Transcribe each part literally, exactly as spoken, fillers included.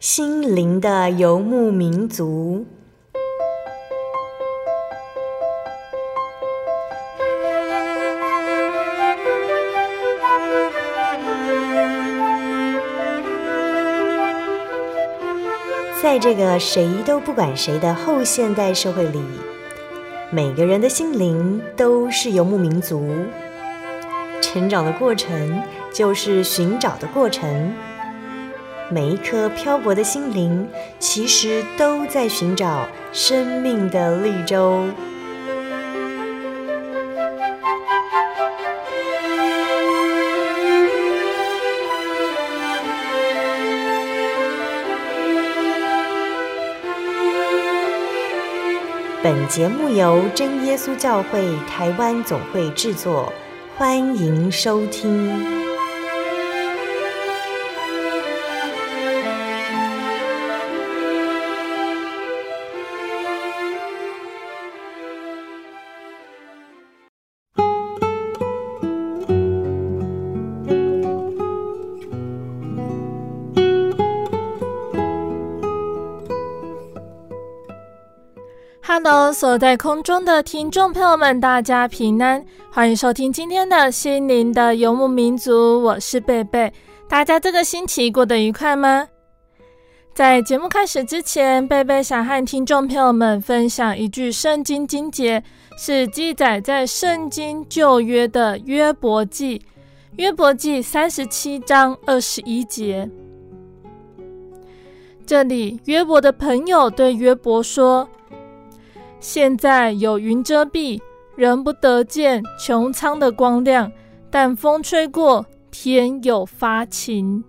心灵的游牧民族。在这个谁都不管谁的后现代社会里，每个人的心灵都是游牧民族。成长的过程就是寻找的过程，每一颗漂泊的心灵其实都在寻找生命的绿洲。本节目由真耶稣教会台湾总会制作，欢迎收听。 Hello， 所在空中的听众朋友们，大家平安，欢迎收听今天的心灵的游牧民族，我是贝贝。大家这个星期过得愉快吗？在节目开始之前，贝贝想和听众朋友们分享一句圣经经节，是记载在圣经旧约的约伯记，约伯记三十七章二十一节。这里约伯的朋友对约伯说，现在有云遮蔽，人不得见穹苍的光亮，但风吹过，天有发晴。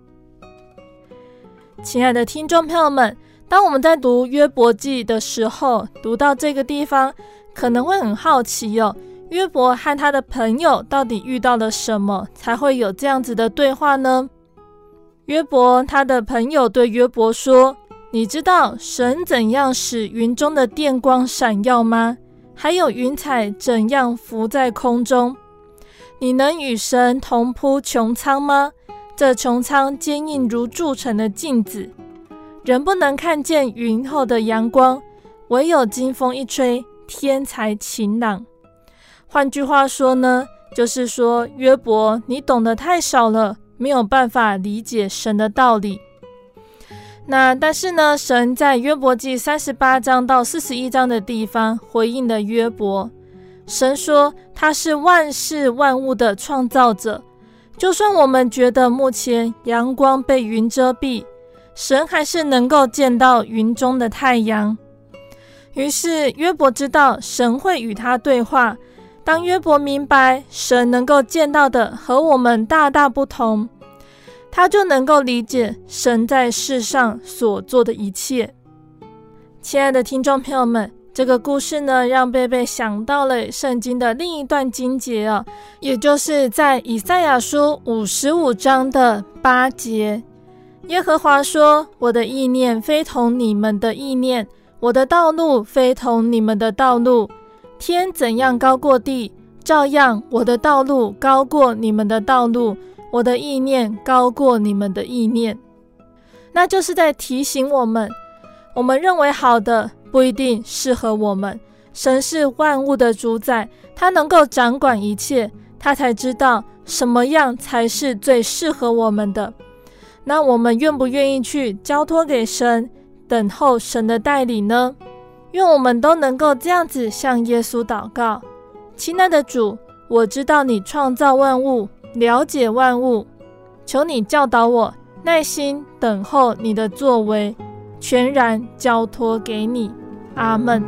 亲爱的听众朋友们，当我们在读约伯记的时候，读到这个地方，可能会很好奇哦，约伯和他的朋友到底遇到了什么，才会有这样子的对话呢？约伯他的朋友对约伯说，你知道神怎样使云中的电光闪耀吗？还有云彩怎样浮在空中？你能与神同铺穹苍吗？这穹苍坚硬如铸成的镜子，人不能看见云后的阳光，唯有经风一吹，天才晴朗。换句话说呢，就是说约伯，你懂得太少了，没有办法理解神的道理。那但是呢，神在约伯记三十八章到四十一章的地方回应了约伯。神说他是万事万物的创造者，就算我们觉得目前阳光被云遮蔽，神还是能够见到云中的太阳。于是约伯知道神会与他对话。当约伯明白神能够见到的和我们大大不同，他就能够理解神在世上所做的一切。亲爱的听众朋友们，这个故事呢，让贝贝想到了圣经的另一段经节哦，也就是在以赛亚书五十五章的八节。耶和华说，我的意念非同你们的意念，我的道路非同你们的道路。天怎样高过地，照样我的道路高过你们的道路，我的意念高过你们的意念。那就是在提醒我们，我们认为好的不一定适合我们。神是万物的主宰，他能够掌管一切，他才知道什么样才是最适合我们的。那我们愿不愿意去交托给神，等候神的带领呢？愿我们都能够这样子向耶稣祷告。亲爱的主，我知道你创造万物，了解万物，求你教导我，耐心等候你的作为，全然交托给你。阿们。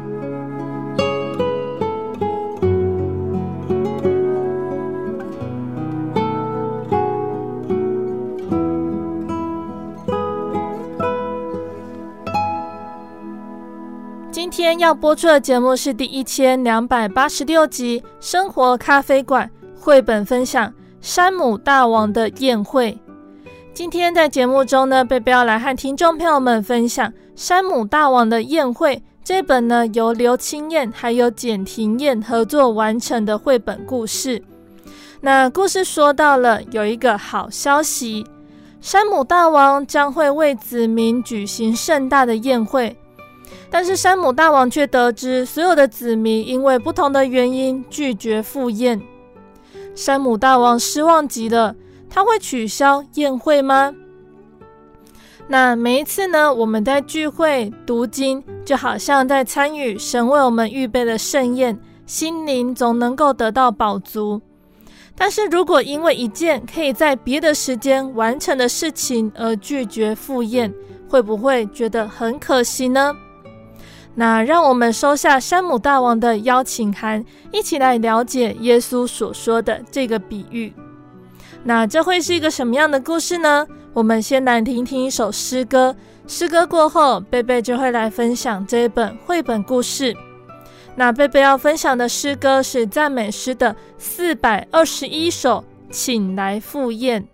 今天要播出的节目是第一千两百八十六集生活咖啡馆绘本分享山姆大王的宴会。今天在节目中呢，贝贝要来和听众朋友们分享山姆大王的宴会这本呢由刘清燕还有简廷燕合作完成的绘本故事。那故事说到了有一个好消息， 山姆大王将会为子民举行盛大的宴会。但是山姆大王却得知所有的子民因为不同的原因拒绝赴宴。山姆大王失望极了，他会取消宴会吗？那每一次呢，我们在聚会读经，就好像在参与神为我们预备的盛宴，心灵总能够得到饱足。但是如果因为一件可以在别的时间完成的事情而拒绝赴宴，会不会觉得很可惜呢？那让我们收下山姆大王的邀请函，一起来了解耶稣所说的这个比喻。那这会是一个什么样的故事呢？我们先来听听一首诗歌，诗歌过后，贝贝就会来分享这一本绘本故事。那贝贝要分享的诗歌是赞美诗的四百二十一首，请来赴宴。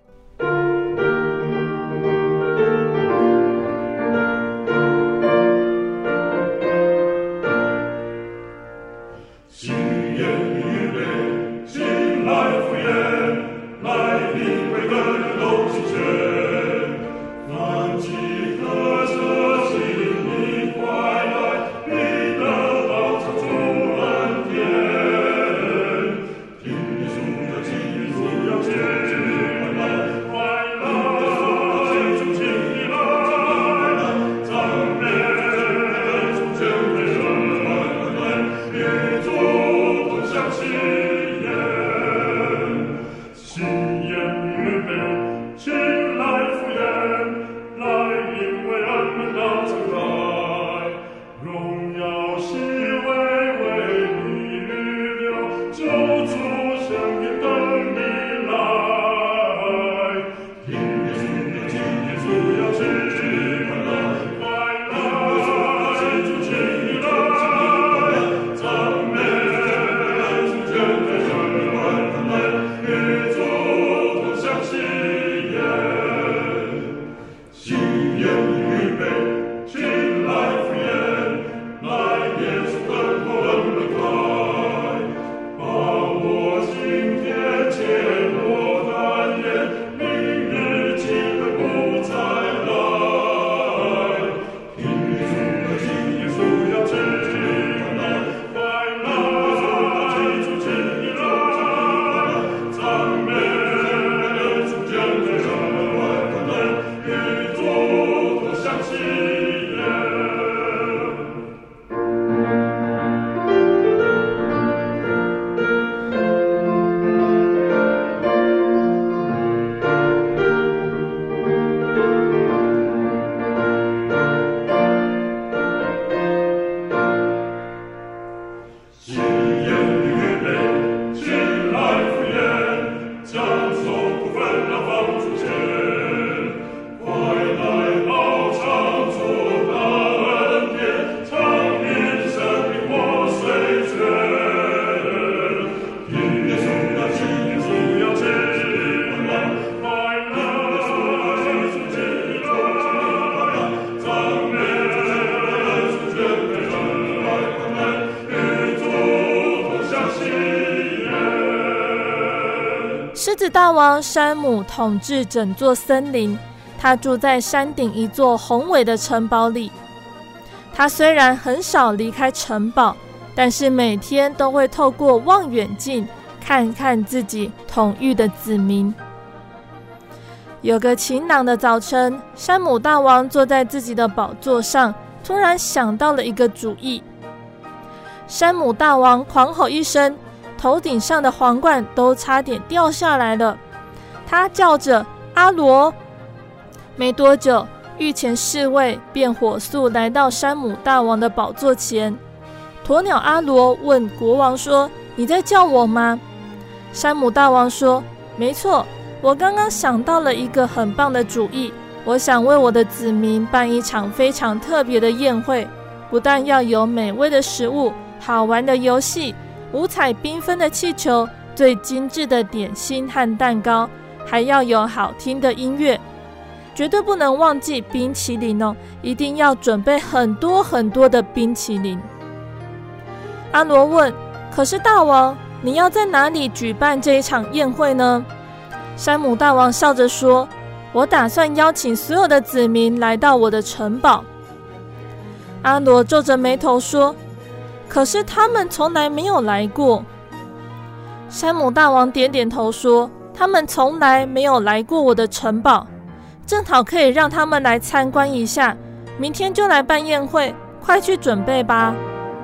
狮子大王山姆统治整座森林，他住在山顶一座宏伟的城堡里。他虽然很少离开城堡，但是每天都会透过望远镜看看自己统御的子民。有个晴朗的早晨，山姆大王坐在自己的宝座上，突然想到了一个主意。山姆大王狂吼一声，头顶上的皇冠都差点掉下来了。他叫着阿罗，没多久，御前侍卫便火速来到山姆大王的宝座前。鸵鸟阿罗问国王说：“你在叫我吗？”山姆大王说：“没错，我刚刚想到了一个很棒的主意，我想为我的子民办一场非常特别的宴会，不但要有美味的食物、好玩的游戏、五彩缤纷的气球、最精致的点心和蛋糕，还要有好听的音乐，绝对不能忘记冰淇淋哦，一定要准备很多很多的冰淇淋。”阿罗问：“可是大王，你要在哪里举办这一场宴会呢？”山姆大王笑着说：“ 我打算邀请所有的子民来到我的城堡。阿罗皱着眉头说，可是他们从来没有来过。山姆大王点点头说，他们从来没有来过我的城堡，正好可以让他们来参观一下，明天就来办宴会，快去准备吧。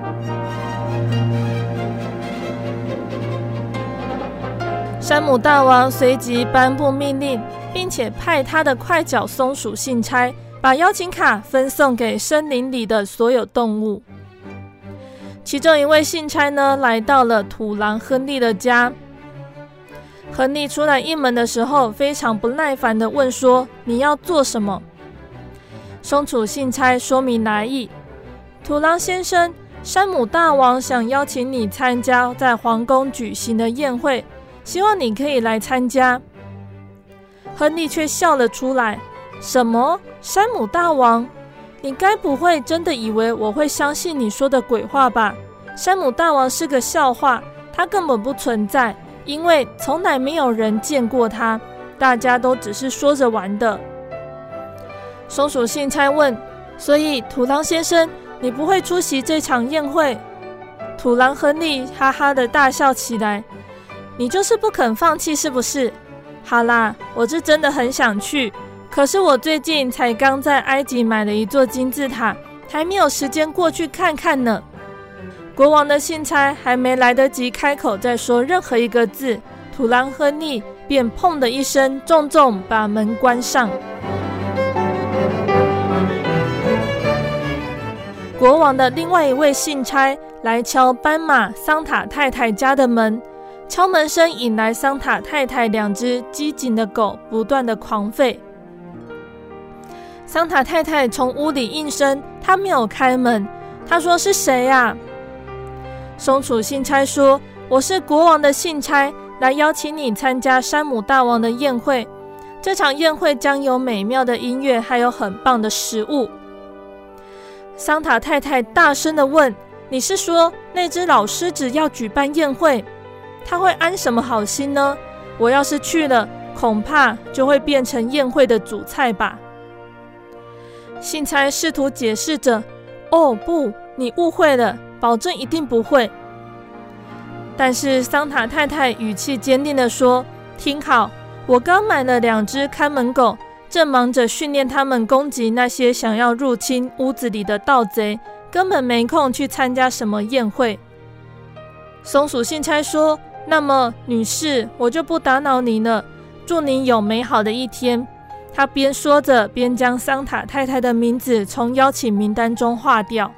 山姆大王随即颁布命令，并且派他的快脚松鼠信差把邀请卡分送给森林里的所有动物。其中一位信差呢，来到了土狼亨利的家。亨利出来应门的时候，非常不耐烦地问说，你要做什么？松鼠信差说明来意，土狼先生，山姆大王想邀请你参加在皇宫举行的宴会，希望你可以来参加。亨利却笑了出来，什么？山姆大王？你该不会真的以为我会相信你说的鬼话吧？山姆大王是个笑话，他根本不存在，因为从来没有人见过他，大家都只是说着玩的。松鼠信差问，所以土狼先生，你不会出席这场宴会？土狼亨利哈哈的大笑起来，你就是不肯放弃是不是？好啦，我是真的很想去，可是我最近才刚在埃及买了一座金字塔，还没有时间过去看看呢。国王的信差还没来得及开口再说任何一个字，土狼亨利便砰的一声重重把门关上。国王的另外一位信差来敲斑马桑塔太太家的门，敲门声引来桑塔太太两只机警的狗不断的狂吠。桑塔太太从屋里应声，她没有开门。她说，是谁呀？松鼠信差说，我是国王的信差，来邀请你参加山姆大王的宴会。这场宴会将有美妙的音乐，还有很棒的食物。桑塔太太大声地问，你是说那只老狮子要举办宴会？他会安什么好心呢？我要是去了，恐怕就会变成宴会的主菜吧。信差试图解释着，哦不，你误会了，保证一定不会。但是桑塔太太语气坚定地说，听好，我刚买了两只看门狗，正忙着训练他们攻击那些想要入侵屋子里的盗贼，根本没空去参加什么宴会。松鼠信差说，那么女士，我就不打扰您了，祝您有美好的一天。他边说着边将桑塔太太的名字从邀请名单中划掉。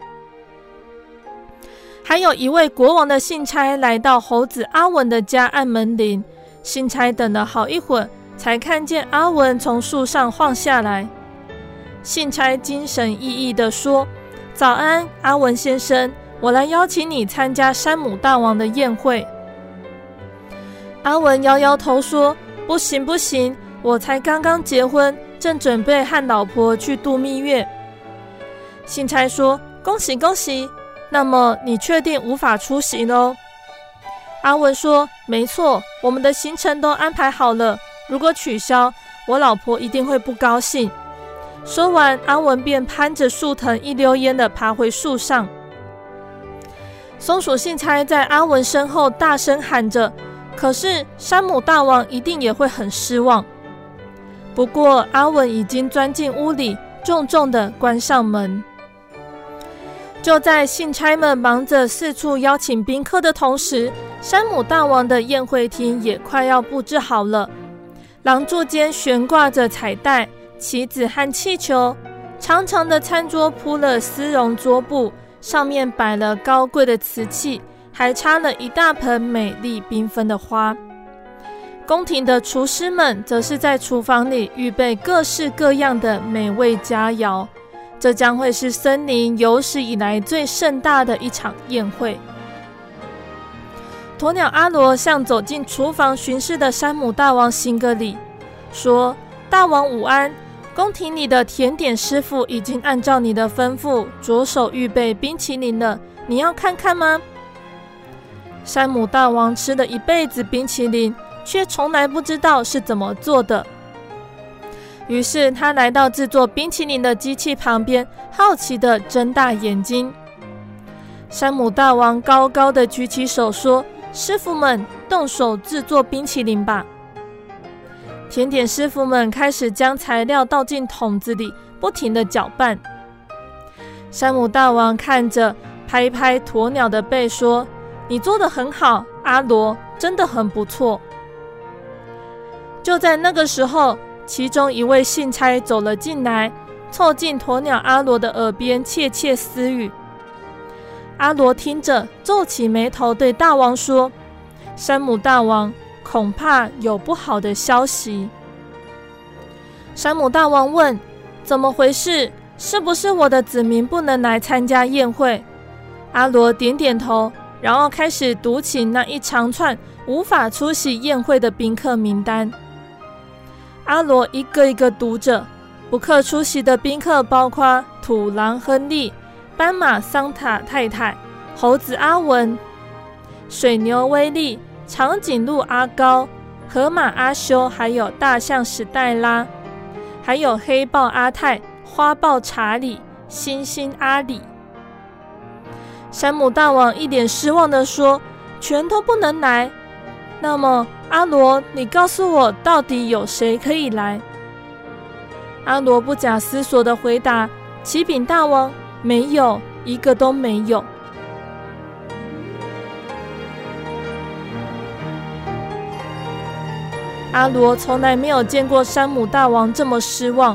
还有一位国王的信差来到猴子阿文的家按门铃，信差等了好一会儿，才看见阿文从树上晃下来。信差精神奕奕地说，早安，阿文先生，我来邀请你参加山姆大王的宴会。阿文摇摇头说，不行不行，我才刚刚结婚，正准备和老婆去度蜜月。信差说，恭喜恭喜，那么你确定无法出席咯？阿文说，没错，我们的行程都安排好了，如果取消，我老婆一定会不高兴。说完，阿文便攀着树藤一溜烟地爬回树上。松鼠信差在阿文身后大声喊着，可是山姆大王一定也会很失望。不过阿文已经钻进屋里，重重地关上门。就在信差们忙着四处邀请宾客的同时，山姆大王的宴会厅也快要布置好了。廊柱间悬挂着彩带、旗子和气球，长长的餐桌铺了丝绒桌布，上面摆了高贵的瓷器，还插了一大盆美丽缤纷的花。宫廷的厨师们则是在厨房里预备各式各样的美味佳肴，这将会是森林有史以来最盛大的一场宴会。鸵鸟阿罗向走进厨房巡视的山姆大王行个礼，说，大王午安，宫廷里的甜点师傅已经按照你的吩咐着手预备冰淇淋了，你要看看吗？山姆大王吃了一辈子冰淇淋，却从来不知道是怎么做的。 于是他来到制作冰淇淋的机器旁边，好奇地睁大眼睛。山姆大王高高地举起手说：师傅们，动手制作冰淇淋吧。甜点师傅们开始将材料倒进桶子里，不停地搅拌。山姆大王看着，拍拍鸵鸟的背说：你做得很好，阿罗，真的很不错。就在那个时候，其中一位信差走了进来，凑近鸵鸟阿罗的耳边窃窃私语。阿罗听着，皱起眉头对大王说：山姆大王，恐怕有不好的消息。山姆大王问：怎么回事？是不是我的子民不能来参加宴会？阿罗点点头，然后开始读起那一长串无法出席宴会的宾客名单。阿罗一个一个读着，不可出席的宾客包括土狼亨利、斑马桑塔太太、猴子阿文、水牛威利、长颈鹿阿高、河马阿修，还有大象史黛拉，还有黑豹阿泰、花豹查理、猩猩阿里。山姆大王一脸失望地说：全都不能来。那么阿罗，你告诉我，到底有谁可以来？阿罗不假思索地回答：启禀大王，没有，一个都没有。阿罗从来没有见过山姆大王这么失望。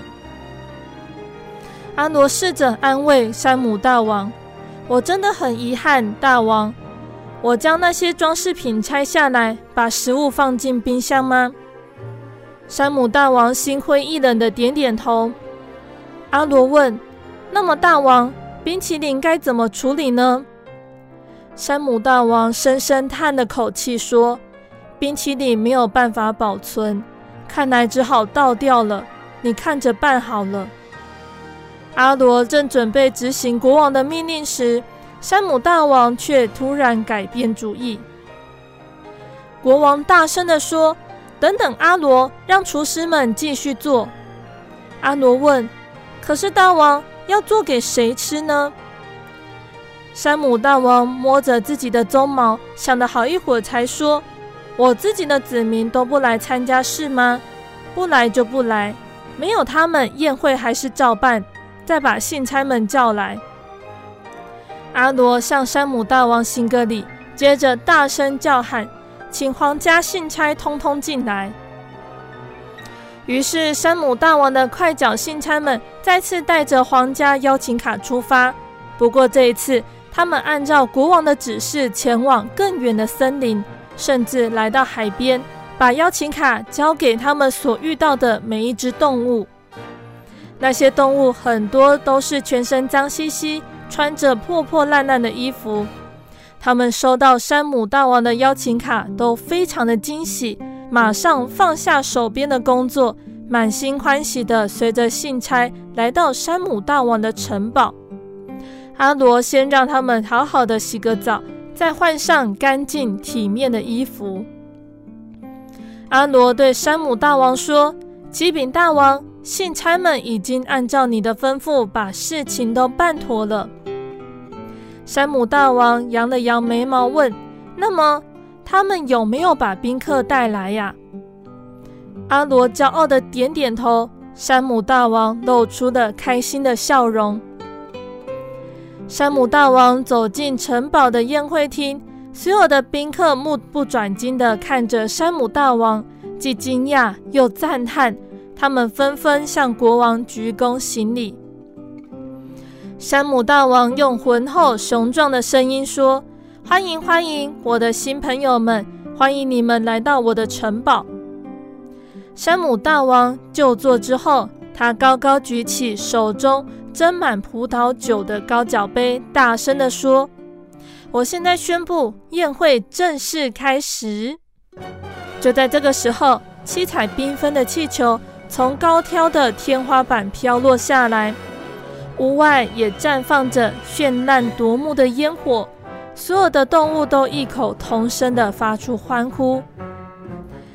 阿罗试着安慰山姆大王：我真的很遗憾，大王，我将那些装饰品拆下来，把食物放进冰箱吗？山姆大王心灰意冷的点点头。阿罗问：那么大王，冰淇淋该怎么处理呢？山姆大王深深叹了口气说：冰淇淋没有办法保存，看来只好倒掉了，你看着办好了。阿罗正准备执行国王的命令时，山姆大王却突然改变主意。国王大声地说：等等阿罗，让厨师们继续做。阿罗问：可是大王，要做给谁吃呢？山姆大王摸着自己的鬃毛，想了好一会儿才说：我自己的子民都不来参加是吗？不来就不来，没有他们，宴会还是照办，再把信差们叫来。阿罗向山姆大王行个礼，接着大声叫喊：请皇家信差通通进来。于是山姆大王的快脚信差们再次带着皇家邀请卡出发，不过这一次他们按照国王的指示前往更远的森林，甚至来到海边，把邀请卡交给他们所遇到的每一只动物。那些动物很多都是全身脏兮兮，穿着破破烂烂的衣服。他们收到山姆大王的邀请卡都非常的惊喜，马上放下手边的工作，满心欢喜地随着信差来到山姆大王的城堡。阿罗先让他们好好的洗个澡，再换上干净体面的衣服。阿罗对山姆大王说：启禀大王，信差们已经按照你的吩咐把事情都办妥了。山姆大王扬了扬眉毛问：那么他们有没有把宾客带来呀？阿罗骄傲的点点头，山姆大王露出了开心的笑容。山姆大王走进城堡的宴会厅，所有的宾客目不转睛地看着山姆大王，既惊讶又赞叹，他们纷纷向国王鞠躬行礼。山姆大王用浑厚雄壮的声音说：欢迎欢迎，我的新朋友们，欢迎你们来到我的城堡。山姆大王就座之后，他高高举起手中斟满葡萄酒的高脚杯，大声地说：我现在宣布宴会正式开始。就在这个时候，七彩缤纷的气球从高挑的天花板飘落下来，屋外也绽放着绚烂夺目的烟火，所有的动物都异口同声地发出欢呼。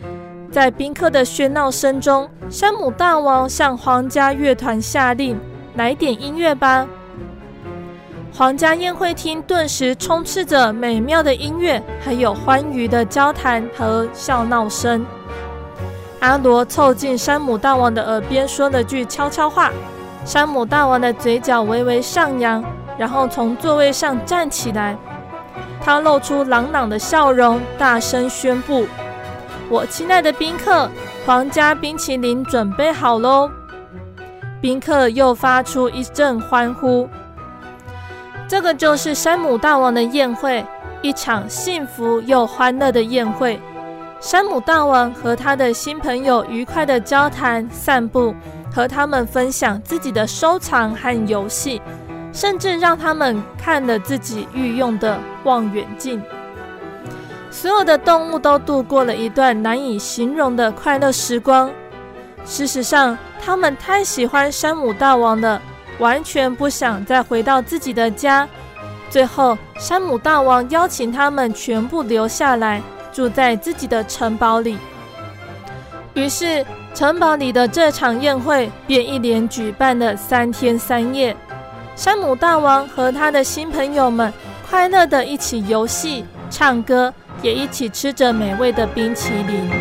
在宾客的喧闹声中，山姆大王向皇家乐团下令，来点音乐吧。皇家宴会厅顿时充斥着美妙的音乐，还有欢愉的交谈和笑闹声。阿罗凑近山姆大王的耳边说了句悄悄话，山姆大王的嘴角微微上扬，然后从座位上站起来，他露出朗朗的笑容，大声宣布：我亲爱的宾客，皇家冰淇淋准备好咯。宾客又发出一阵欢呼。这个就是山姆大王的宴会，一场幸福又欢乐的宴会。山姆大王和他的新朋友愉快的交谈、散步，和他们分享自己的收藏和游戏，甚至让他们看了自己御用的望远镜。所有的动物都度过了一段难以形容的快乐时光。事实上，他们太喜欢山姆大王了，完全不想再回到自己的家。最后，山姆大王邀请他们全部留下来，住在自己的城堡里。于是，城堡里的这场宴会便一连举办了三天三夜。山姆大王和他的新朋友们快乐地一起游戏、唱歌，也一起吃着美味的冰淇淋。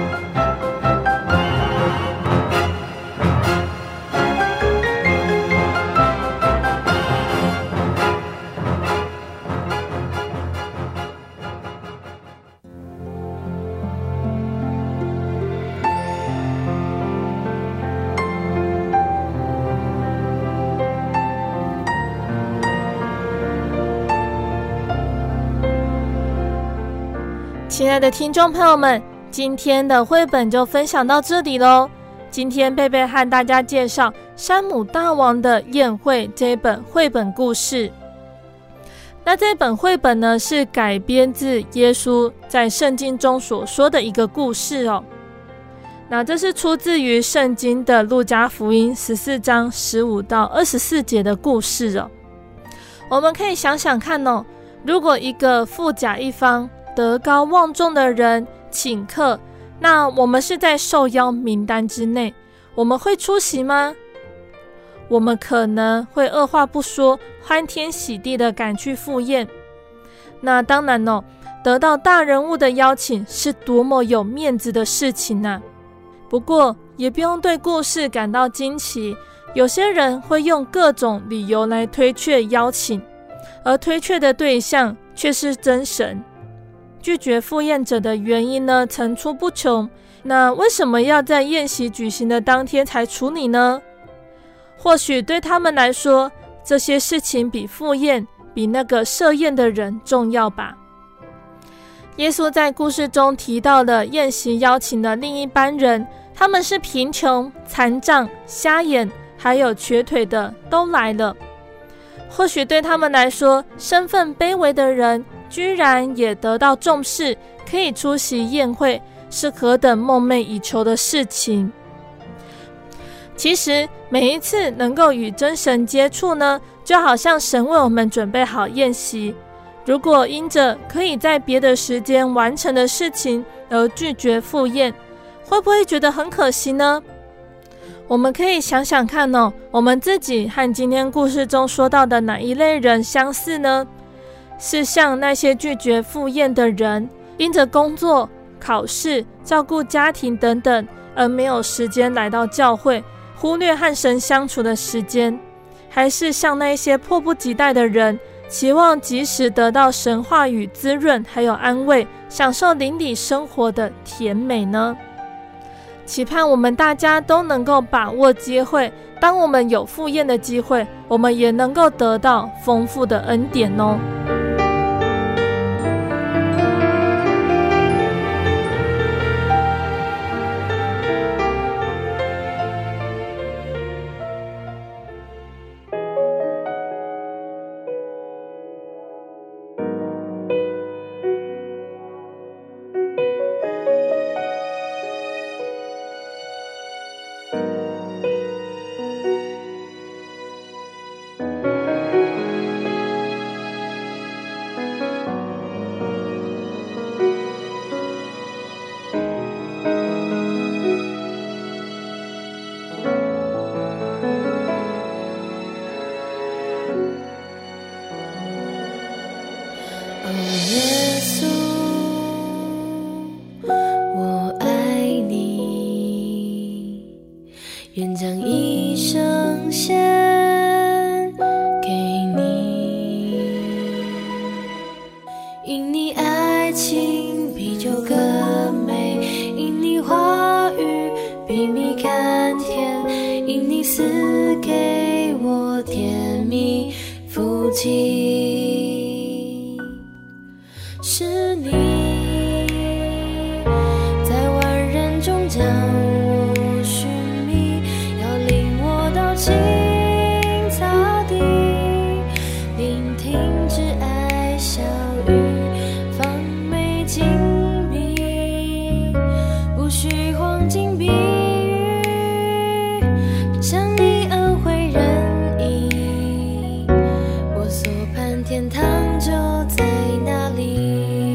亲爱的听众朋友们，今天的绘本就分享到这里咯。今天贝贝和大家介绍《山姆大王的宴会》这本绘本故事。那这本绘本呢，是改编自耶稣在圣经中所说的一个故事哦。那这是出自于圣经的路加福音十四章十五到二十四节的故事哦。我们可以想想看哦，如果一个富甲一方、德高望重的人请客，那我们是在受邀名单之内，我们会出席吗？我们可能会二话不说，欢天喜地的赶去赴宴。那当然哦，得到大人物的邀请是多么有面子的事情啊！不过也不用对故事感到惊奇，有些人会用各种理由来推却邀请，而推却的对象却是真神。拒绝赴宴者的原因呢，层出不穷。那为什么要在宴席举行的当天才处理呢？或许对他们来说，这些事情比赴宴、比那个设宴的人重要吧。耶稣在故事中提到的宴席邀请的另一班人，他们是贫穷、残障、瞎眼，还有瘸腿的，都来了。或许对他们来说，身份卑微的人居然也得到重视，可以出席宴会，是何等梦寐以求的事情。其实每一次能够与真神接触呢，就好像神为我们准备好宴席。如果因着可以在别的时间完成的事情而拒绝赴宴，会不会觉得很可惜呢？我们可以想想看哦，我们自己和今天故事中说到的哪一类人相似呢？是像那些拒绝赴宴的人，因着工作、考试、照顾家庭等等，而没有时间来到教会，忽略和神相处的时间，还是像那些迫不及待的人，期望及时得到神话语滋润还有安慰，享受邻里生活的甜美呢？期盼我们大家都能够把握机会，当我们有赴宴的机会，我们也能够得到丰富的恩典哦。 耶稣，我爱你，愿将一生献给你，因你爱情比酒更美，因你话语比蜜甘甜，因你赐给我甜蜜福气，是你在万人中将我寻觅，要领我到青草地，聆听挚爱笑语，放美精密，不需黄金比喻，像你恩惠仁义，我所盼天堂就在那里。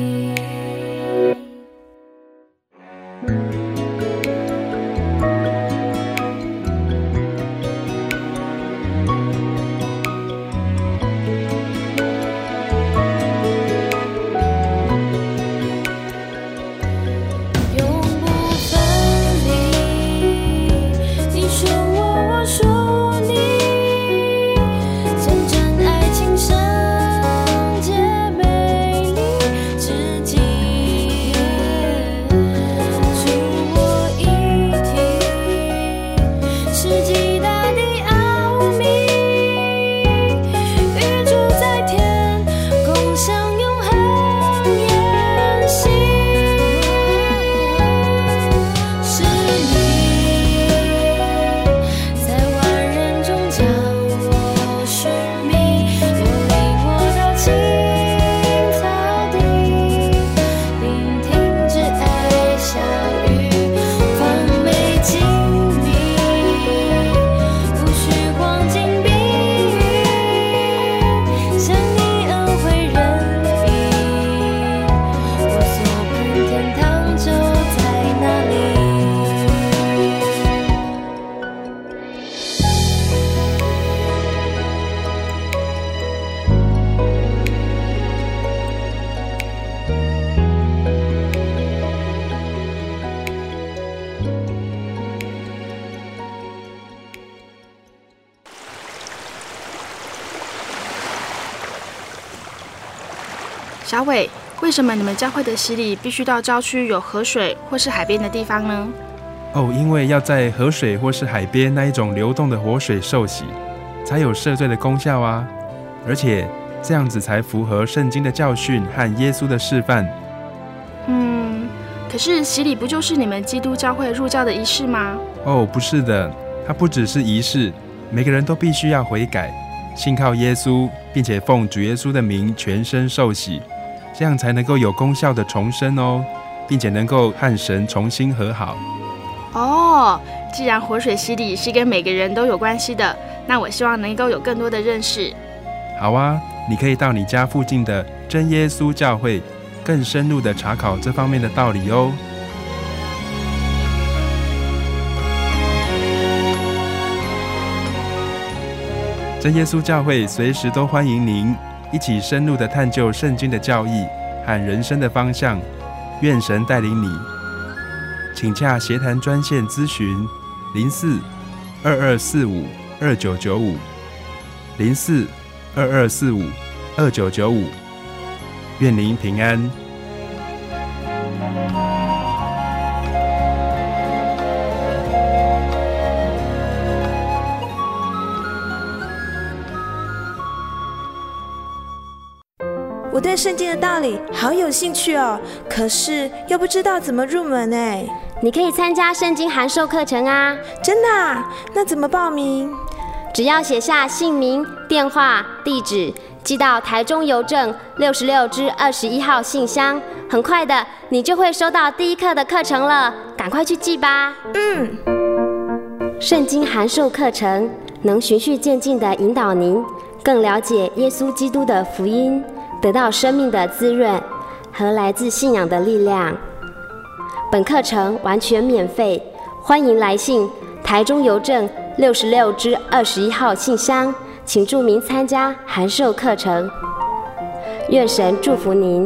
永不分离，你说我，我说你，见证爱情圣洁美丽至极，主我一体，是极大的奥秘，与主在天共享永恒筵席，是你在万人中将我寻觅，又领我到青草地，聆听挚爱笑语，放美精密，不需黄金比喻，像你恩惠仁义，我所盼天堂就在那里。 小伟，为什么你们教会的洗礼必须到郊区有河水或是海边的地方呢？ 哦，因为要在河水或是海边那一种流动的活水受洗，才有赦罪的功效啊！而且这样子才符合圣经的教训和耶稣的示范。 嗯，可是洗礼不就是你们基督教会入教的仪式吗？ 哦，不是的，它不只是仪式，每个人都必须要悔改，信靠耶稣，并且奉主耶稣的名全身受洗，这样才能够有功效的重生哦，并且能够和神重新和好。 哦，既然活水洗礼是跟每个人都有关系的，那我希望能够有更多的认识。 好啊，你可以到你家附近的真耶稣教会，更深入的查考这方面的道理哦。真耶稣教会随时都欢迎您一起深入的探究圣经的教义和人生的方向，愿神带领你。请洽协谈专线咨询零四二二四五二九九五零四二二四五二九九五，愿您平安。 我对圣经的道理好有兴趣哦，可是又不知道怎么入门哎。 你可以参加圣经函授课程啊！ 真的啊？那怎么报名？ 只要写下姓名、电话、地址，寄到台中邮政六十六支二十一号信箱，很快的，你就会收到第一课的课程了，赶快去寄吧。 嗯。 圣经函授课程能循序渐进地引导您更了解耶稣基督的福音，得到生命的滋润和来自信仰的力量。本课程完全免费，欢迎来信台中邮政六十六支二十一号信箱，请注明参加函授课程。 愿神祝福您。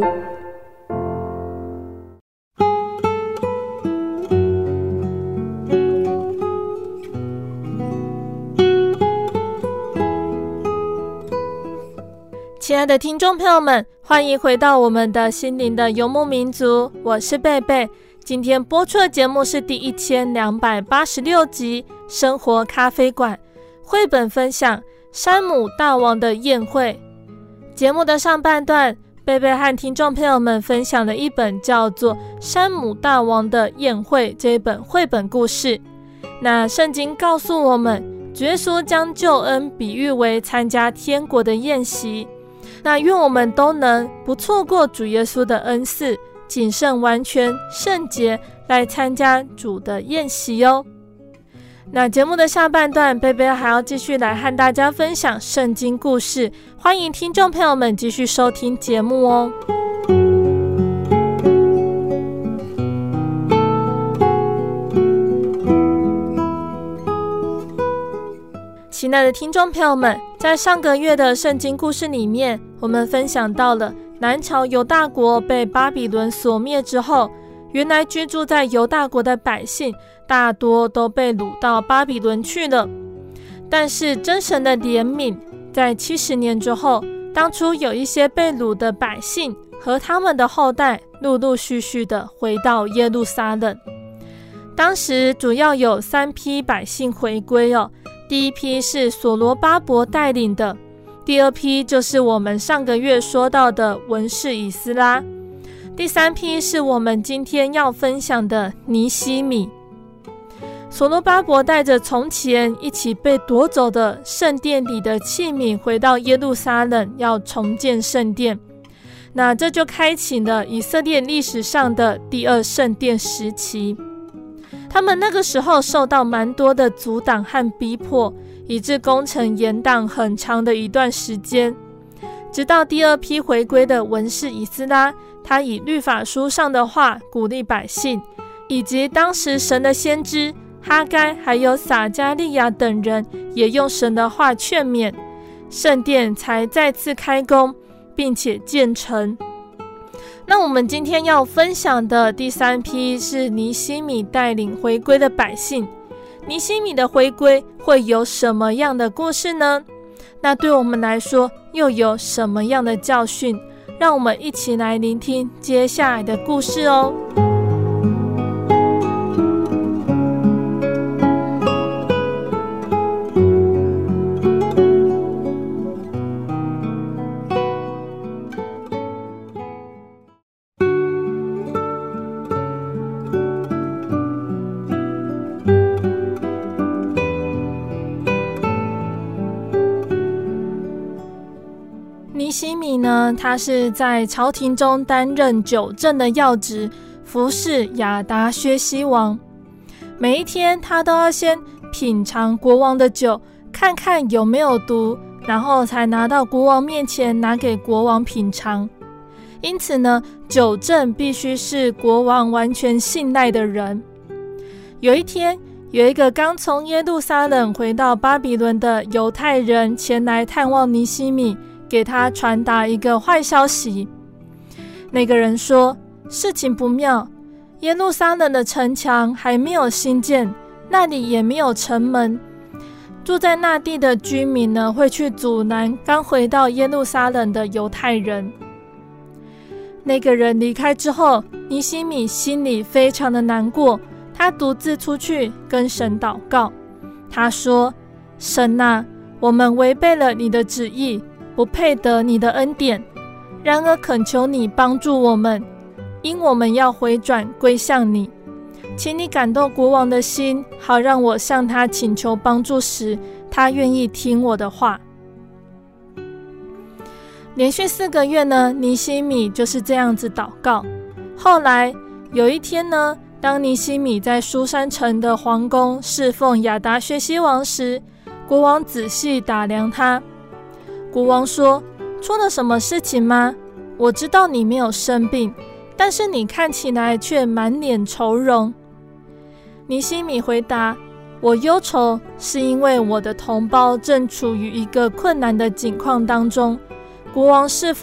亲爱的听众朋友们，欢迎回到我们的心灵的游牧民族，我是贝贝。今天播出的节目是第一千两百八十六集生活咖啡馆绘本分享山姆大王的宴会。节目的上半段，贝贝和听众朋友们分享了一本叫做《山姆大王的宴会》这一本绘本故事。那圣经告诉我们，主耶稣将救恩比喻为参加天国的宴席。那愿我们都能不错过主耶稣的恩赐，谨慎完全圣洁，来参加主的宴席哦。那节目的下半段，贝贝还要继续来和大家分享圣经故事，欢迎听众朋友们继续收听节目哦。亲爱的听众朋友们，在上个月的圣经故事里面，我们分享到了南朝犹大国被巴比伦所灭之后，原来居住在犹大国的百姓大多都被掳到巴比伦去了。但是真神的怜悯，在七十年之后，当初有一些被掳的百姓和他们的后代陆陆续续的回到耶路撒冷。当时主要有三批百姓回归哦，第一批是所罗巴伯带领的，第二批就是我们上个月说到的文士以斯拉，第三批是我们今天要分享的尼希米。所罗巴伯带着从前一起被夺走的圣殿里的器皿回到耶路撒冷，要重建圣殿。那这就开启了以色列历史上的第二圣殿时期。他们那个时候受到蛮多的阻挡和逼迫，以致工程延宕很长的一段时间。直到第二批回归的文士以斯拉，他以律法书上的话鼓励百姓，以及当时神的先知哈该还有撒迦利亚等人也用神的话劝勉，圣殿才再次开工并且建成。那我们今天要分享的第三批是尼希米带领回归的百姓。尼希米的回归会有什么样的故事呢？那对我们来说又有什么样的教训？让我们一起来聆听接下来的故事哦。尼希米呢，他是在朝廷中担任酒政的要职，服侍亚达薛西王。每一天他都要先品尝国王的酒，看看有没有毒，然后才拿到国王面前拿给国王品尝。因此呢，酒政必须是国王完全信赖的人。有一天，有一个刚从耶路撒冷回到巴比伦的犹太人前来探望尼希米，给他传达一个坏消息。那个人说，事情不妙，耶路撒冷的城墙还没有兴建，那里也没有城门。住在那地的居民呢，会去阻拦刚回到耶路撒冷的犹太人。那个人离开之后，尼希米心里非常的难过，他独自出去跟神祷告。他说，神啊，我们违背了你的旨意，不配得你的恩典，然而恳求你帮助我们，因我们要回转归向你。请你感动国王的心，好让我向他请求帮助时，他愿意听我的话。连续四个月呢，尼希米就是这样子祷告。后来有一天呢，当尼希米在书珊城的皇宫侍奉亚达薛西王时，国王仔细打量他。国王说，出了什么事情吗？我知道你没有生病，但是你看起来却满脸愁容。尼希米回答，我忧愁是因为我的同胞正处于一个困难的境况当中，国王是否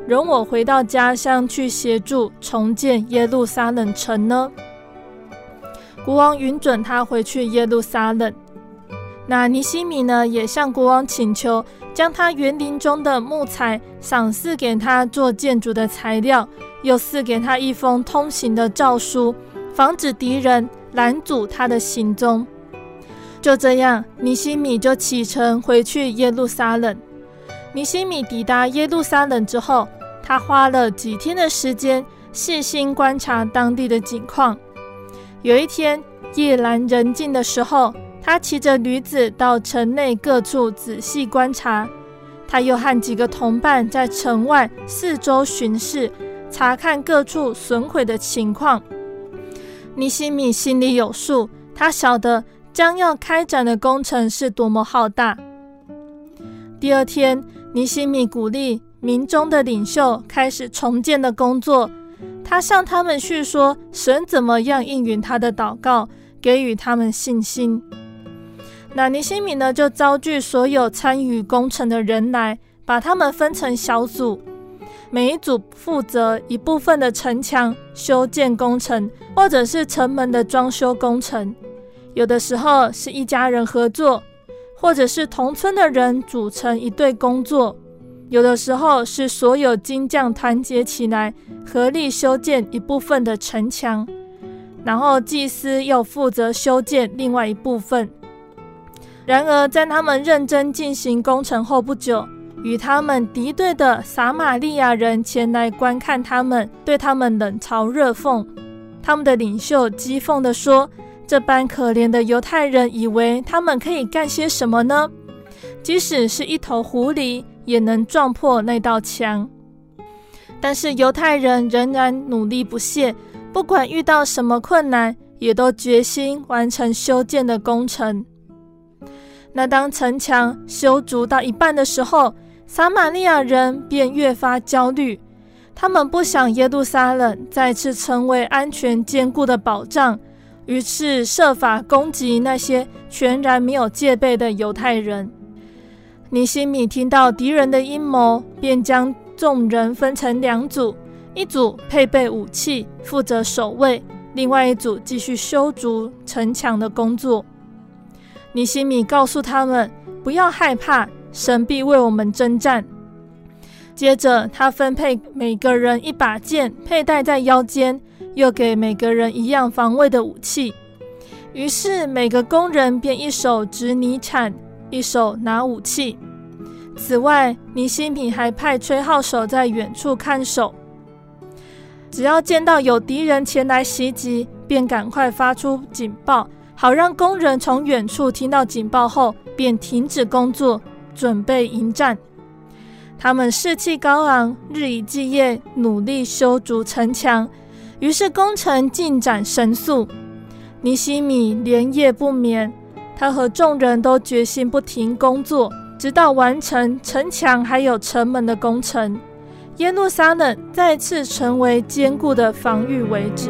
容我回到家乡去协助重建耶路撒冷城呢？国王允准他回去耶路撒冷。那尼西米呢，也向国王请求，将他园林中的木材赏赐给他做建筑的材料，又赐给他一封通行的诏书，防止敌人拦阻他的行踪。就这样，尼西米就启程回去耶路撒冷。尼西米抵达耶路撒冷之后，他花了几天的时间细心观察当地的景况。有一天夜阑人静的时候，他骑着驴子到城内各处仔细观察。他又和几个同伴在城外四周巡视，查看各处损毁的情况。尼西米心里有数，他晓得将要开展的工程是多么浩大。第二天，尼西米鼓励民中的领袖开始重建的工作。他向他们叙说神怎么样应允他的祷告，给予他们信心。那尼西米呢，就召集所有参与工程的人来，把他们分成小组，每一组负责一部分的城墙修建工程，或者是城门的装修工程。有的时候是一家人合作，或者是同村的人组成一队工作。有的时候是所有金匠团结起来，合力修建一部分的城墙，然后祭司又负责修建另外一部分。然而在他们认真进行工程后不久，与他们敌对的撒玛利亚人前来观看他们，对他们冷嘲热讽。他们的领袖讥讽地说，这般可怜的犹太人以为他们可以干些什么呢？即使是一头狐狸也能撞破那道墙。但是犹太人仍然努力不懈，不管遇到什么困难，也都决心完成修建的工程。那当城墙修筑到一半的时候，撒玛利亚人便越发焦虑，他们不想耶路撒冷再次成为安全坚固的保障，于是设法攻击那些全然没有戒备的犹太人。尼西米听到敌人的阴谋，便将众人分成两组，一组配备武器，负责守卫，另外一组继续修筑城墙的工作。尼西米告诉他们，不要害怕，神必为我们征战。接着他分配每个人一把剑，佩戴在腰间，又给每个人一样防卫的武器。于是每个工人便一手执泥铲，一手拿武器。此外，尼西米还派吹号手在远处看守，只要见到有敌人前来袭击，便赶快发出警报，好让工人从远处听到警报后便停止工作，准备迎战。他们士气高昂，日以继夜努力修筑城墙，于是工程进展神速。尼西米连夜不眠，他和众人都决心不停工作，直到完成城墙还有城门的工程，耶路撒冷再次成为坚固的防御为止。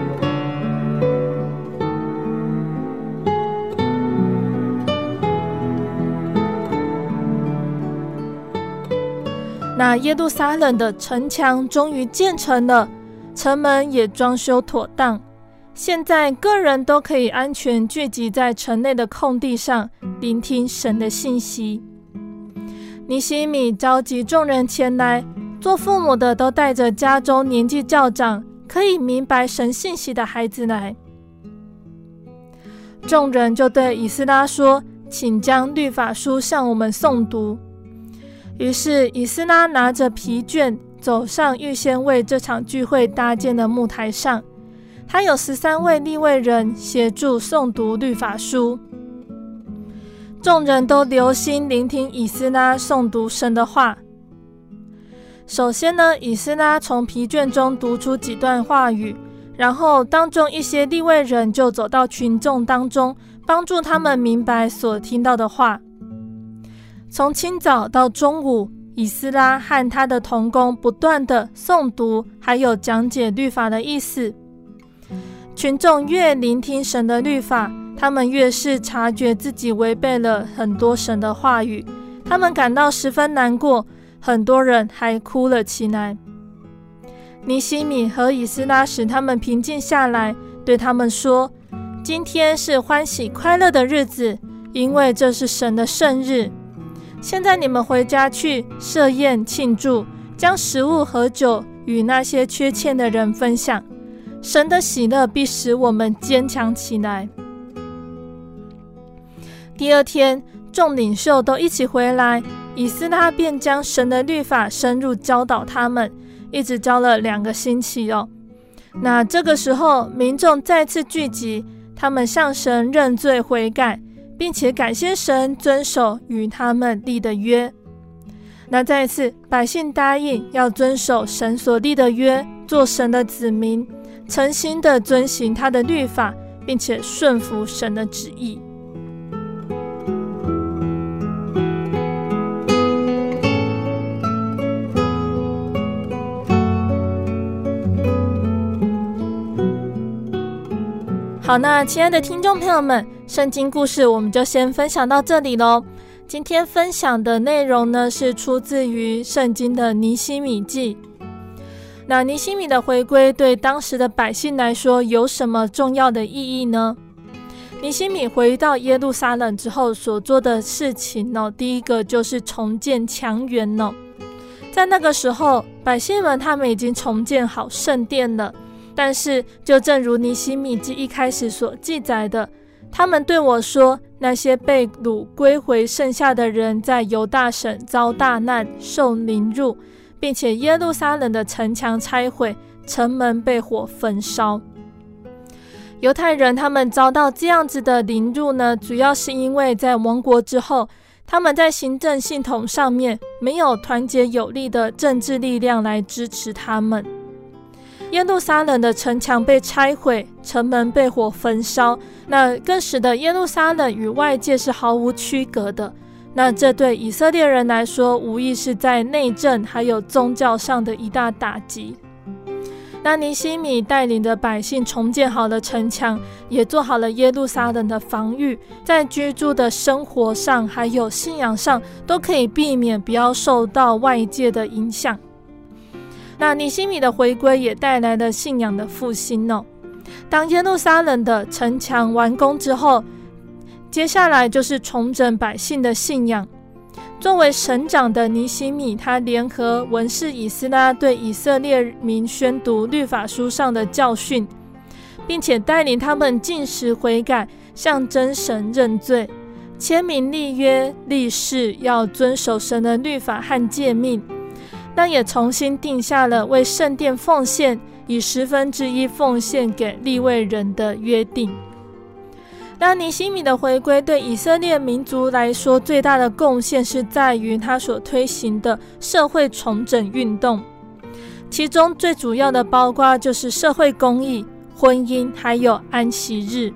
那耶路撒冷的城墙终于建成了，城门也装修妥当。现在个人都可以安全聚集在城内的空地上，聆听神的信息。尼西米召集众人前来，做父母的都带着家中年纪较长，可以明白神信息的孩子来。众人就对以斯拉说，请将律法书向我们诵读。于是以斯拉拿着皮卷走上预先为这场聚会搭建的木台上，他有十三位利未人协助诵读律法书。众人都留心聆听以斯拉诵读神的话。首先呢，以斯拉从皮卷中读出几段话语，然后当中一些利未人就走到群众当中，帮助他们明白所听到的话。从清早到中午，以斯拉和他的同工不断的诵读，还有讲解律法的意思。群众越聆听神的律法，他们越是察觉自己违背了很多神的话语，他们感到十分难过， 很多人还哭了起来。尼西米和以斯拉使他们平静下来，对他们说：今天是欢喜快乐的日子，因为这是神的圣日。现在你们回家去设宴庆祝，将食物和酒与那些缺欠的人分享，神的喜乐必使我们坚强起来。第二天，众领袖都一起回来，以斯拉便将神的律法深入教导他们，一直教了两个星期哦。那这个时候，民众再次聚集，他们向神认罪悔改，并且感谢神遵守与他们立的约。那再一次，百姓答应要遵守神所立的约，做神的子民，诚心的遵行他的律法，并且顺服神的旨意。好，那亲爱的听众朋友们，圣经故事我们就先分享到这里咯。今天分享的内容呢，是出自于圣经的尼希米记。那尼希米的回归对当时的百姓来说有什么重要的意义呢？尼希米回到耶路撒冷之后所做的事情呢，第一个就是重建墙垣呢。在那个时候，百姓们他们已经重建好圣殿了，但是就正如尼希米记一开始所记载的，他们对我说，那些被掳归回剩下的人在犹大省遭大难，受凌辱，并且耶路撒冷的城墙拆毁，城门被火焚烧。犹太人他们遭到这样子的凌辱呢，主要是因为在亡国之后，他们在行政系统上面没有团结有力的政治力量来支持他们。耶路撒冷的城墙被拆毁，城门被火焚烧，那更使得耶路撒冷与外界是毫无区隔的。那这对以色列人来说，无疑是在内政还有宗教上的一大打击。那尼希米带领的百姓重建好了城墙，也做好了耶路撒冷的防御，在居住的生活上还有信仰上都可以避免不要受到外界的影响。那尼希米的回归也带来了信仰的复兴哦。当耶路撒冷的城墙完工之后，接下来就是重整百姓的信仰。作为省长的尼希米，他联合文士以斯拉对以色列民宣读律法书上的教训，并且带领他们禁食悔改，向真神认罪，签名立约立誓要遵守神的律法和诫命。那也重新定下了为圣殿奉献，以十分之一奉献给利未人的约定。那尼希米的回归对以色列民族来说最大的贡献是在于他所推行的社会重整运动，其中最主要的包括就是社会公义、婚姻还有安息日。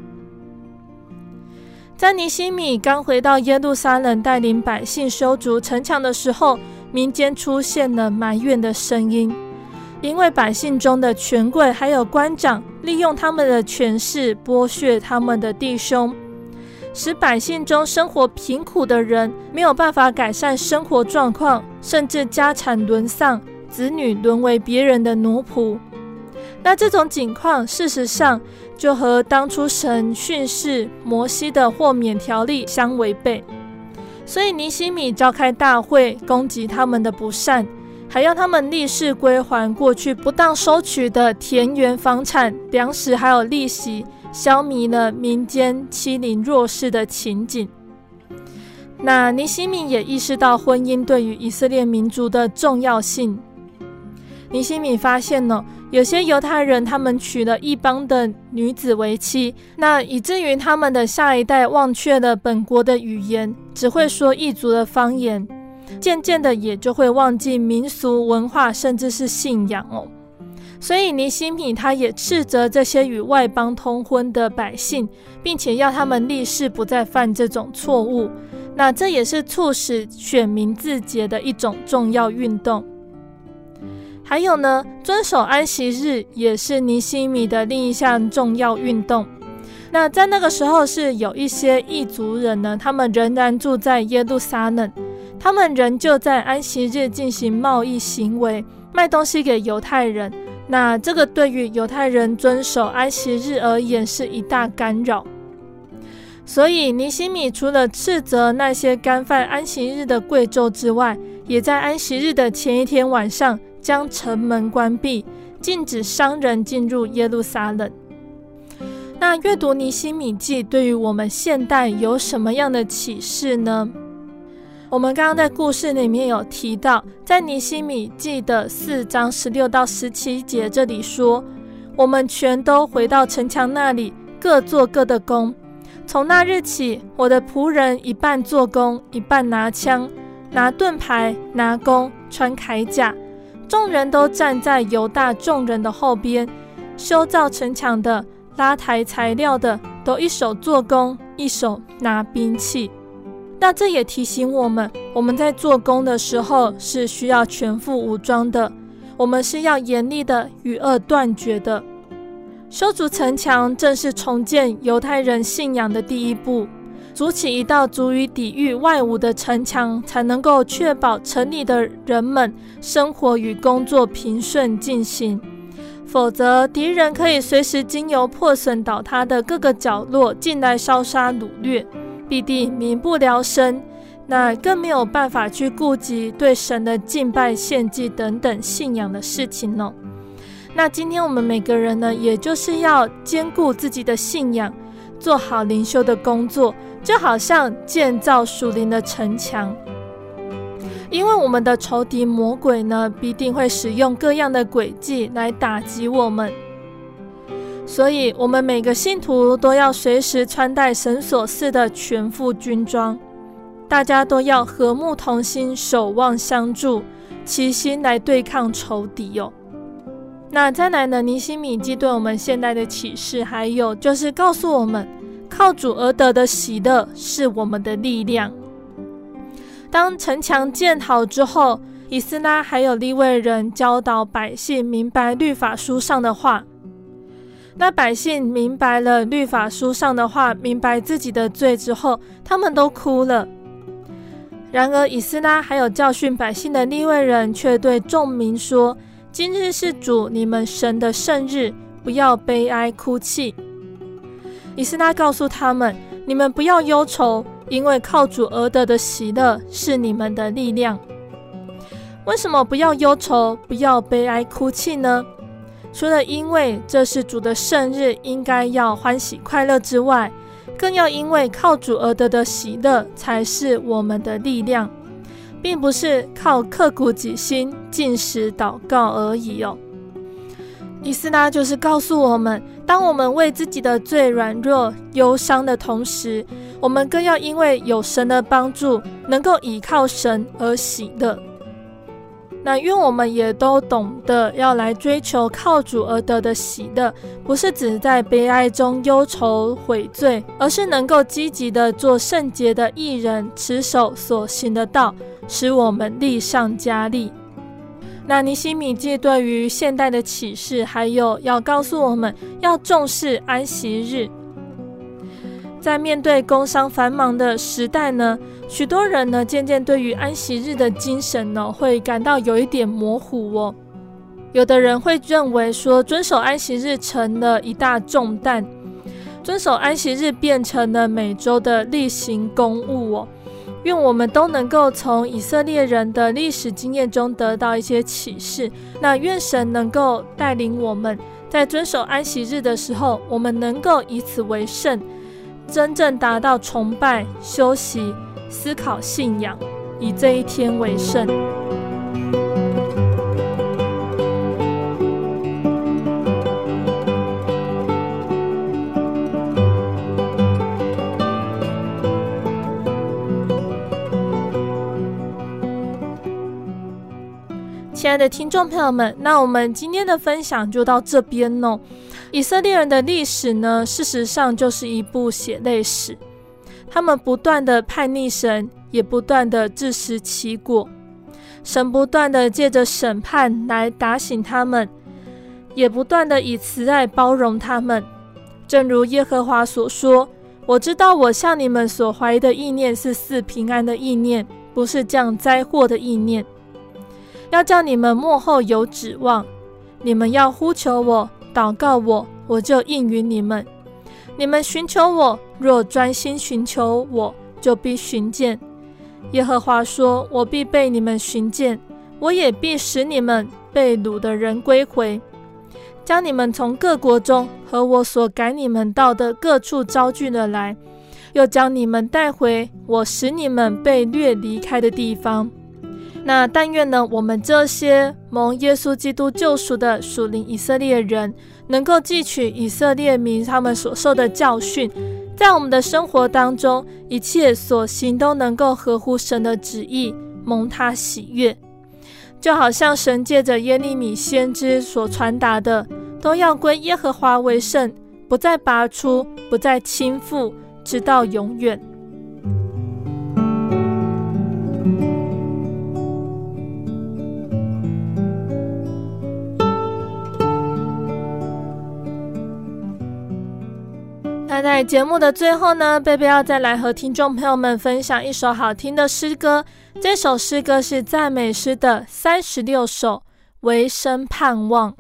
在尼希米刚回到耶路撒冷带领百姓修筑城墙的时候，民间出现了埋怨的声音，因为百姓中的权贵还有官长利用他们的权势剥削他们的弟兄，使百姓中生活贫苦的人没有办法改善生活状况，甚至家产沦丧，子女沦为别人的奴仆。那这种情况事实上就和当初神训示摩西的豁免条例相违背，所以尼希米召开大会攻击他们的不善，还要他们立誓归还过去不当收取的田园房产、粮食还有利息，消弭了民间欺凌弱势的情景。那尼希米也意识到婚姻对于以色列民族的重要性。尼希米发现呢，有些犹太人他们娶了异邦的女子为妻，那以至于他们的下一代忘却了本国的语言，只会说异族的方言，渐渐的也就会忘记民俗文化，甚至是信仰哦。所以尼希米他也斥责这些与外邦通婚的百姓，并且要他们立誓不再犯这种错误。那这也是促使选民自洁的一种重要运动。还有呢，遵守安息日也是尼希米的另一项重要运动。那在那个时候是有一些异族人呢，他们仍然住在耶路撒冷， 他们仍旧在安息日进行贸易行为，卖东西给犹太人。那这个对于犹太人遵守安息日而言是一大干扰。所以尼希米除了斥责那些干犯安息日的贵胄之外，也在安息日的前一天晚上将城门关闭，禁止商人进入耶路撒冷。那阅读尼希米记对于我们现代有什么样的启示呢？我们刚刚在故事里面有提到，在尼希米记的四章十六到十七节这里说，我们全都回到城墙那里，各做各的工。从那日起，我的仆人一半做工，一半拿枪，拿盾牌，拿弓，穿铠甲。众人都站在犹大众人的后边，修造城墙的，拉抬材料的，都一手做工，一手拿兵器。那这也提醒我们，我们在做工的时候是需要全副武装的，我们是要严厉的与恶断绝的。修筑城墙正是重建犹太人信仰的第一步，筑起一道足以抵御外侮的城墙，才能够确保城里的人们生活与工作平顺进行。否则敌人可以随时经由破损倒塌的各个角落进来烧杀掳掠，必定民不聊生，那更没有办法去顾及对神的敬拜献祭等等信仰的事情哦。那今天我们每个人呢，也就是要兼顾自己的信仰，做好灵修的工作，就好像建造属灵的城墙。因为我们的仇敌魔鬼呢，必定会使用各样的诡计来打击我们，所以我们每个信徒都要随时穿戴神所赐的全副军装，大家都要和睦同心，守望相助，齐心来对抗仇敌哦。那再来呢，尼希米记对我们现代的启示，还有就是告诉我们，靠主而得的喜乐是我们的力量。当城墙建好之后，以斯拉还有利未人教导百姓明白律法书上的话。那百姓明白了律法书上的话，明白自己的罪之后，他们都哭了。然而以斯拉还有教训百姓的利未人却对众民说，今日是主你们神的圣日，不要悲哀哭泣。以斯拉告诉他们，你们不要忧愁，因为靠主而得的喜乐是你们的力量。为什么不要忧愁，不要悲哀哭泣呢？除了因为这是主的圣日，应该要欢喜快乐之外，更要因为靠主而得的喜乐才是我们的力量，并不是靠刻苦己心禁食祷告而已哦。以斯拉就是告诉我们，当我们为自己的罪软弱忧伤的同时，我们更要因为有神的帮助，能够倚靠神而喜乐。那愿我们也都懂得要来追求靠主而得的喜乐，不是只在悲哀中忧愁悔罪，而是能够积极的做圣洁的义人，持守所行的道，使我们力上加力。那尼希米记对于现代的启示，还有要告诉我们要重视安息日。在面对工商繁忙的时代呢，许多人呢渐渐对于安息日的精神呢会感到有一点模糊哦。有的人会认为说，遵守安息日成了一大重担，遵守安息日变成了每周的例行公务哦。愿我们都能够从以色列人的历史经验中得到一些启示。那愿神能够带领我们，在遵守安息日的时候，我们能够以此为圣，真正达到崇拜、休息、思考信仰，以这一天为圣。亲爱的听众朋友们，那我们今天的分享就到这边哦。以色列人的历史呢，事实上就是一部血泪史。他们不断的叛逆神，也不断的自食其果。神不断的借着审判来打醒他们，也不断的以慈爱包容他们。正如耶和华所说，我知道我向你们所怀的意念是赐平安的意念， 不是降灾祸的意念，要叫你们末后有指望。你们要呼求我，祷告我，我就应允你们。你们寻求我，若专心寻求我，就必寻见。耶和华说，我必被你们寻见，我也必使你们被掳的人归回，将你们从各国中和我所赶你们到的各处招聚了来，又将你们带回我使你们被掠离开的地方。那但愿呢，我们这些蒙耶稣基督救赎的属灵以色列人，能够记取以色列民他们所受的教训，在我们的生活当中，一切所行都能够合乎神的旨意，蒙他喜悦。就好像神借着耶利米先知所传达的，都要归耶和华为圣，不再拔出，不再倾覆，直到永远。那在节目的最后呢，贝贝要再来和听众朋友们分享一首好听的诗歌。这首诗歌是赞美诗的三十六首，唯生盼望。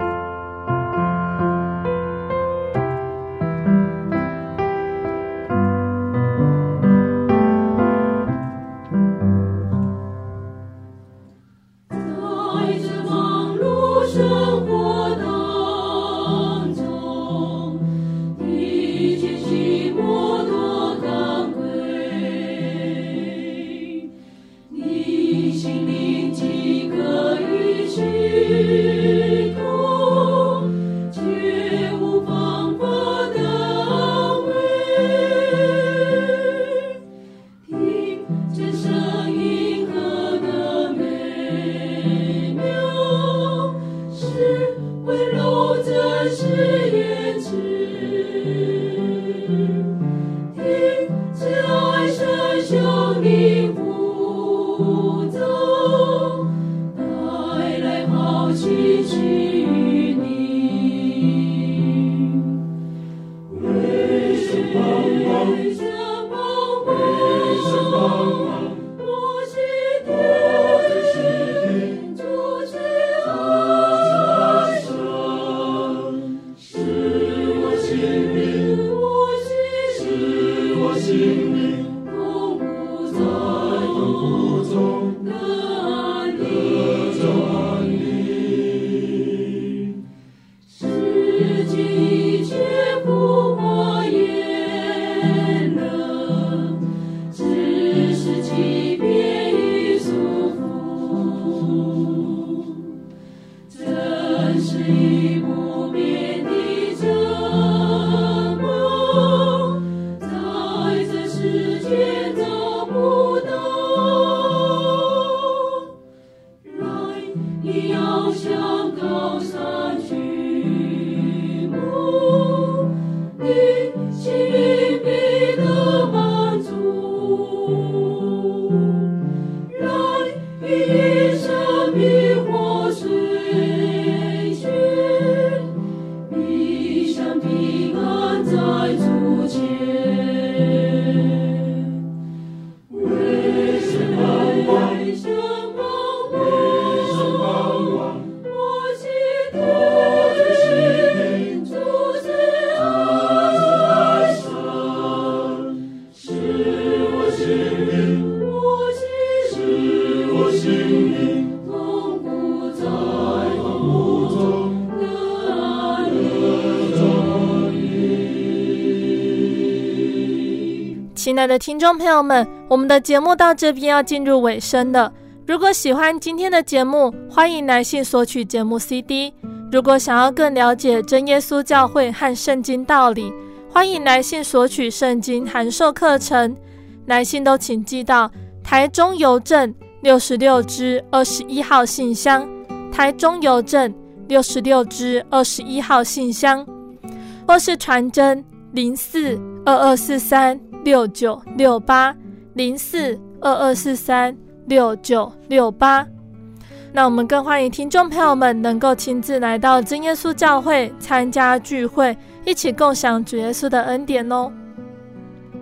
亲爱的听众朋友们，我们的节目到这边要进入尾声了。如果喜欢今天的节目，欢迎来信索取节目 C D。如果想要更了解真耶稣教会和圣经道理，欢迎来信索取圣经函授课程。来信都请寄到台中邮政六十六支二十一号信箱，台中邮政六十六支二十一号信箱，或是传真零四二二四三六九六八零四二二四三六九六八。那我们更欢迎听众朋友们能够亲自来到真耶稣教会参加聚会，一起共享主耶稣的恩典哦。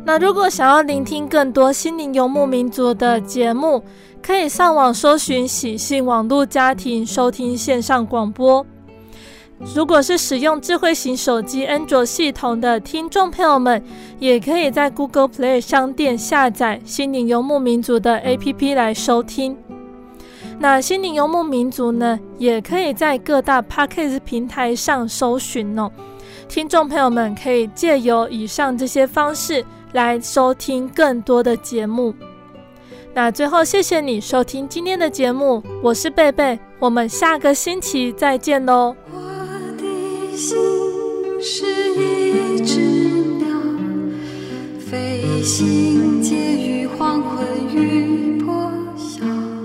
那如果想要聆听更多心灵游牧民族的节目，可以上网搜寻喜信网络家庭收听线上广播。如果是使用智慧型手机安卓系统的听众朋友们，也可以在 Google Play 商店下载心灵游牧民族的 A P P 来收听。那心灵游牧民族呢，也可以在各大 Podcast 平台上搜寻哦。听众朋友们可以借由以上这些方式来收听更多的节目。那最后谢谢你收听今天的节目，我是贝贝，我们下个星期再见咯。 我的心是一只鸟，飞行介于黄昏与破晓，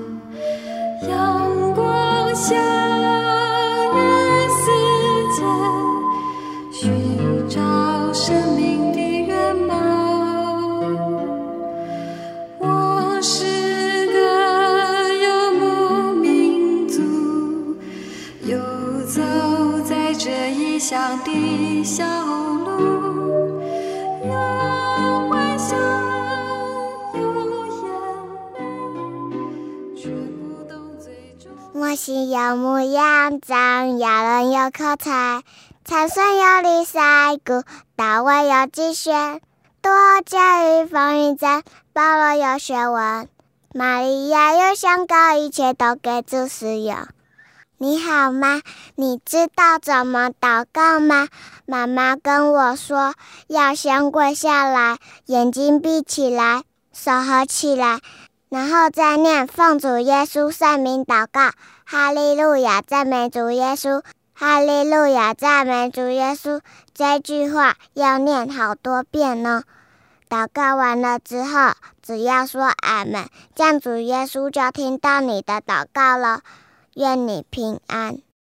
阳光下与世界寻找生命的原貌。我是个游牧民族，游走在这异乡的小路，有微笑，有眼泪，却不懂最终。 我是游牧羊长，有人有口才，参孙有理赛谷，大卫有机选，多加与风雨战，保罗有学问，玛利亚有香膏，一切都给主使用。你好吗？你知道怎么祷告吗？妈妈跟我说，要先跪下来，眼睛闭起来，手合起来，然后再念奉主耶稣圣名祷告，哈利路亚，赞美主耶稣，哈利路亚，赞美主耶稣。这句话要念好多遍哦。祷告完了之后，只要说阿们，这样主耶稣就听到你的祷告了。愿你平安。